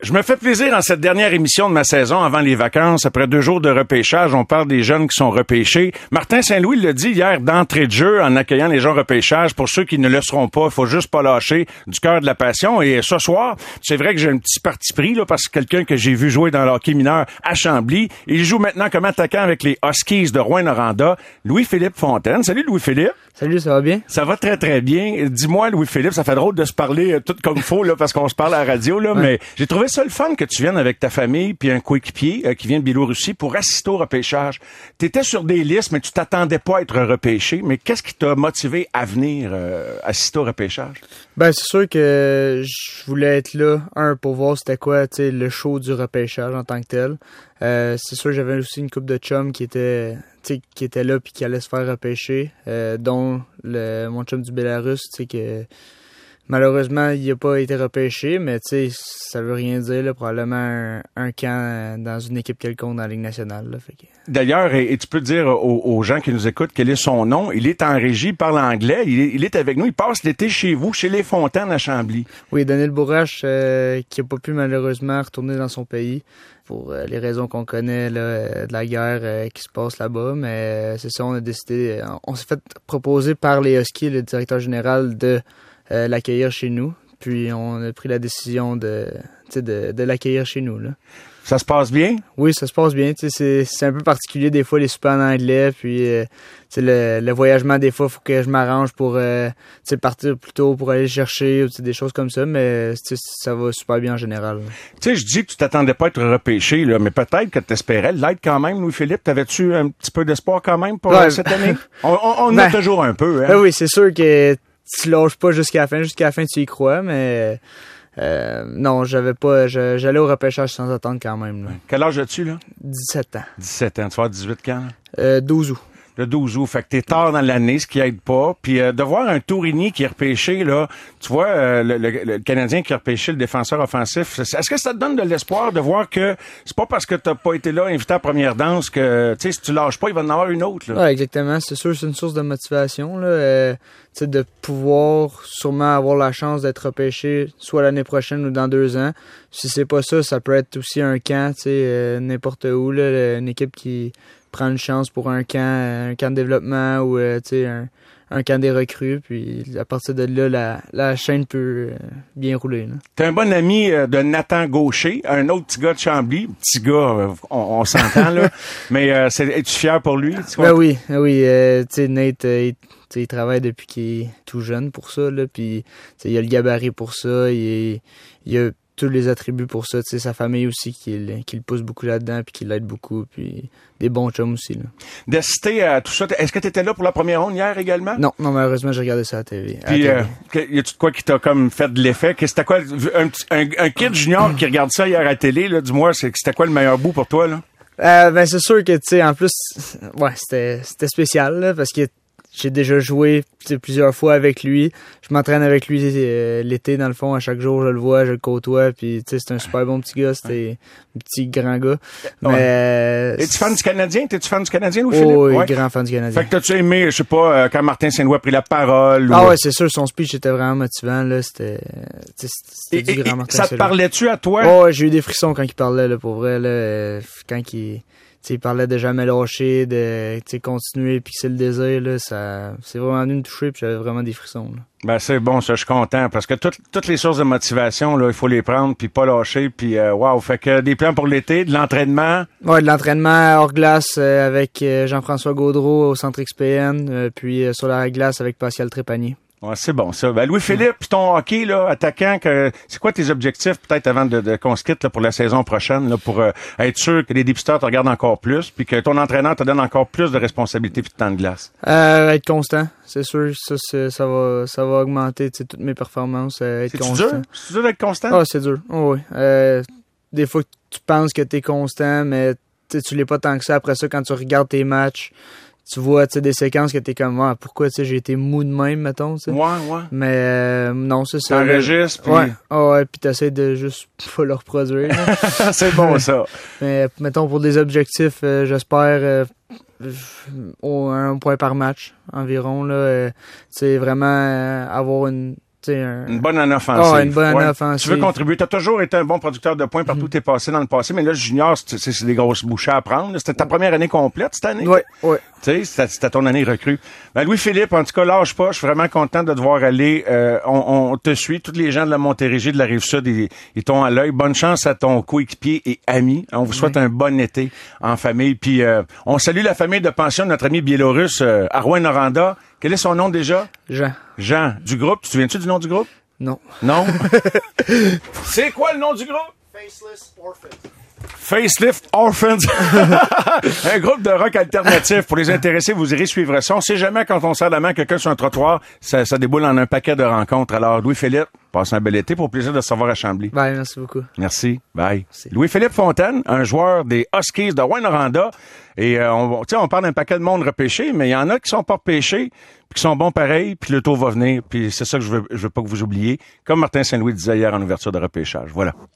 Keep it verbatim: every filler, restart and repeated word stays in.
Je me fais plaisir en cette dernière émission de ma saison avant les vacances. Après deux jours de repêchage, on parle des jeunes qui sont repêchés. Martin Saint-Louis l'a dit hier d'entrée de jeu en accueillant les gens repêchage. Pour ceux qui ne le seront pas, il faut juste pas lâcher du cœur de la passion. Et ce soir, c'est vrai que j'ai un petit parti pris là, parce que quelqu'un que j'ai vu jouer dans le hockey mineur à Chambly, il joue maintenant comme attaquant avec les Huskies de Rouyn-Noranda, Louis-Philippe Fontaine. Salut Louis-Philippe. Salut, ça va bien? Ça va très très bien. Dis-moi Louis-Philippe, ça fait drôle de se parler euh, tout comme il faut là, parce qu'on se parle à la radio là, ouais. Mais j'ai trouvé ça le fun que tu viennes avec ta famille puis un coéquipier euh, qui vient de Biélorussie pour assister au repêchage. T'étais sur des listes, mais tu t'attendais pas à être repêché. Mais qu'est-ce qui t'a motivé à venir euh, assister au repêchage? Ben c'est sûr que je voulais être là, un, pour voir c'était quoi, tu sais, le show du repêchage en tant que tel. Euh, c'est sûr j'avais aussi une couple de chums qui étaient qui était là puis qui allait se faire repêcher, euh, dont le mon chum du Bélarus, tu sais que malheureusement il a pas été repêché, mais tu sais ça veut rien dire là, probablement un, un camp dans une équipe quelconque dans la Ligue nationale là, fait que... D'ailleurs, et, et tu peux dire aux, aux gens qui nous écoutent quel est son nom. Il est en régie, il parle anglais, il est, il est avec nous, il passe l'été chez vous, chez les Fontaines à Chambly. Oui, Daniel Bourrache, euh, qui a pas pu malheureusement retourner dans son pays pour euh, les raisons qu'on connaît là, euh, de la guerre euh, qui se passe là-bas, mais euh, c'est ça, on a décidé, euh, on s'est fait proposer par les Huskies, le directeur général, de euh, l'accueillir chez nous, puis on a pris la décision de, de, de l'accueillir chez nous là. Ça se passe bien? Oui, ça se passe bien. Tu sais, c'est, c'est un peu particulier des fois les soupers en anglais, puis euh, tu sais, le, le voyagement des fois, faut que je m'arrange pour euh, tu sais, partir plus tôt pour aller le chercher, tu sais, des choses comme ça, mais tu sais, ça va super bien en général. Tu sais, je dis que tu t'attendais pas à être repêché, là, mais peut-être que tu espérais l'être quand même, Louis-Philippe. T'avais-tu un petit peu d'espoir quand même pour ouais. cette année? On, on, on ben, a toujours un peu. Hein? Ben oui, c'est sûr que tu lâches pas jusqu'à la fin. Jusqu'à la fin, tu y crois, mais... Euh, non, j'avais pas, je, j'allais au repêchage sans attendre quand même. Là. Quel âge as-tu, là? dix-sept ans. dix-sept ans. Tu vas avoir dix-huit quand? Euh, douze août. Le douze août. Fait que t'es tard dans l'année, ce qui aide pas. Puis euh, de voir un Tourigny qui est repêché, là, tu vois, euh, le, le, le Canadien qui a repêché le défenseur offensif, est-ce que ça te donne de l'espoir de voir que c'est pas parce que t'as pas été là invité à la première danse que, tu sais, si tu lâches pas, il va en avoir une autre, là? Ouais, exactement. C'est sûr, c'est une source de motivation, là. Euh, tu sais, de pouvoir sûrement avoir la chance d'être repêché soit l'année prochaine ou dans deux ans. Si c'est pas ça, ça peut être aussi un camp, tu sais, euh, n'importe où, là, une équipe qui prend une chance pour un camp, un camp de développement ou euh, tu sais un, un camp des recrues, puis à partir de là la, la chaîne peut euh, bien rouler. Là. T'es un bon ami euh, de Nathan Gaucher, un autre petit gars de Chambly, petit gars, euh, on, on s'entend là, mais euh, c'est, es-tu fier pour lui? Ben oui, oui, euh, tu sais Nate, euh, il, il travaille depuis qu'il est tout jeune pour ça là, puis il a le gabarit pour ça, il, il a tous les attributs pour ça, tu sais, sa famille aussi qui, qui le pousse beaucoup là-dedans puis qui l'aide beaucoup, puis des bons chums aussi là. D'assister à tout ça, est-ce que tu étais là pour la première ronde hier également? Non, non malheureusement j'ai regardé ça à la T V. Puis à la T V. Euh, y a-tu de quoi qui t'a comme fait de l'effet? C'était quoi un, un, un kid junior qui regarde ça hier à la télé là, dis-moi, c'était quoi le meilleur bout pour toi là? Euh, ben c'est sûr que tu sais en plus, ouais c'était c'était spécial là, parce que j'ai déjà joué plusieurs fois avec lui. Je m'entraîne avec lui euh, l'été, dans le fond. À chaque jour, je le vois, je le côtoie. Puis, tu sais, c'est un super bon petit gars. C'était un petit grand gars. Mais... Ouais. Es-tu fan du Canadien? T'es-tu fan du Canadien, ou Philippe? Oh, oui, ouais. Grand fan du Canadien. Fait que t'as-tu aimé, je sais pas, euh, quand Martin Saint-Louis a pris la parole? Ah ou... ouais, c'est sûr. Son speech était vraiment motivant, là. C'était, c'était et, du et, grand Martin Ça te Saint-Louis. parlait-tu à toi? Oh, ouais, j'ai eu des frissons quand il parlait, là, pour vrai, là. Quand il... T'sais, il parlait de jamais lâcher, de continuer, puis que c'est le désir, là, ça, c'est vraiment venu me toucher, puis j'avais vraiment des frissons. Là. Ben c'est bon, ça, je suis content, parce que toutes toutes les sources de motivation, là, il faut les prendre, puis pas lâcher, puis euh, wow, fait que des plans pour l'été, de l'entraînement. Ouais, de l'entraînement hors glace euh, avec euh, Jean-François Gaudreau au Centre X P N, euh, puis euh, sur la glace avec Pascal Trépanier. Ouais, c'est bon ça. Ben Louis-Philippe, puis ton hockey là, attaquant, que c'est quoi tes objectifs peut-être avant de, de qu'on se quitte là, pour la saison prochaine là, pour euh, être sûr que les dépisteurs te regardent encore plus, puis que ton entraîneur te donne encore plus de responsabilités puis de temps de glace. Euh, être constant, c'est sûr, ça c'est, ça va ça va augmenter toutes mes performances. Euh, être c'est constant. dur, c'est dur d'être constant. Ah, c'est dur. Oh, oui. Euh, des fois tu penses que t'es constant, mais tu l'es pas tant que ça. Après ça, quand tu regardes tes matchs, tu vois, tu sais, des séquences que t'es comme, ah, pourquoi, tu sais, j'ai été mou de même, mettons, tu sais. Ouais, ouais. Mais, euh, non, c'est ça. T'enregistres, puis... Ouais, oh, ouais, puis t'essaies de juste pas le reproduire. C'est bon, ça. Mais, mettons, pour des objectifs, euh, j'espère, euh, au, un point par match, environ, là. Euh, tu sais, vraiment euh, avoir une, Un... Une bonne année offensive. Oh, une bonne année ouais. offensive. Tu veux contribuer. Tu as toujours été un bon producteur de points partout où Mm-hmm. tu es passé dans le passé, mais là, junior, c'est, c'est des grosses bouchées à prendre. C'était ta première année complète cette année? Oui, oui. Tu sais, c'était, c'était ton année recrue. Ben, Louis-Philippe, en tout cas, lâche pas. Je suis vraiment content de te voir aller. Euh, on, on te suit. Tous les gens de la Montérégie, de la Rive-Sud, ils, ils t'ont à l'œil. Bonne chance à ton coéquipier et ami. On vous souhaite oui. un bon été en famille. Puis, euh, on salue la famille de pension de notre ami biélorusse, euh, Arwen Noranda. Quel est son nom déjà? Jean. Jean. Du groupe. Tu te souviens-tu du nom du groupe? Non. Non? C'est quoi le nom du groupe? Faceless Orphans. Facelift Orphans. Un groupe de rock alternatif. Pour les intéressés, vous irez suivre ça. On sait jamais quand on serre la main à quelqu'un sur un trottoir, ça, ça déboule en un paquet de rencontres. Alors, Louis-Philippe, passe un bel été. Pour le plaisir de se revoir à Chambly. Bye, merci beaucoup. Merci. Bye. Merci. Louis-Philippe Fontaine, un joueur des Huskies de Rouyn-Noranda. Et euh, on, on parle d'un paquet de monde repêché, mais il y en a qui sont pas repêchés, puis qui sont bons pareils, puis le taux va venir. Puis c'est ça que je veux, je veux pas que vous oubliez. Comme Martin Saint-Louis disait hier en ouverture de repêchage. Voilà.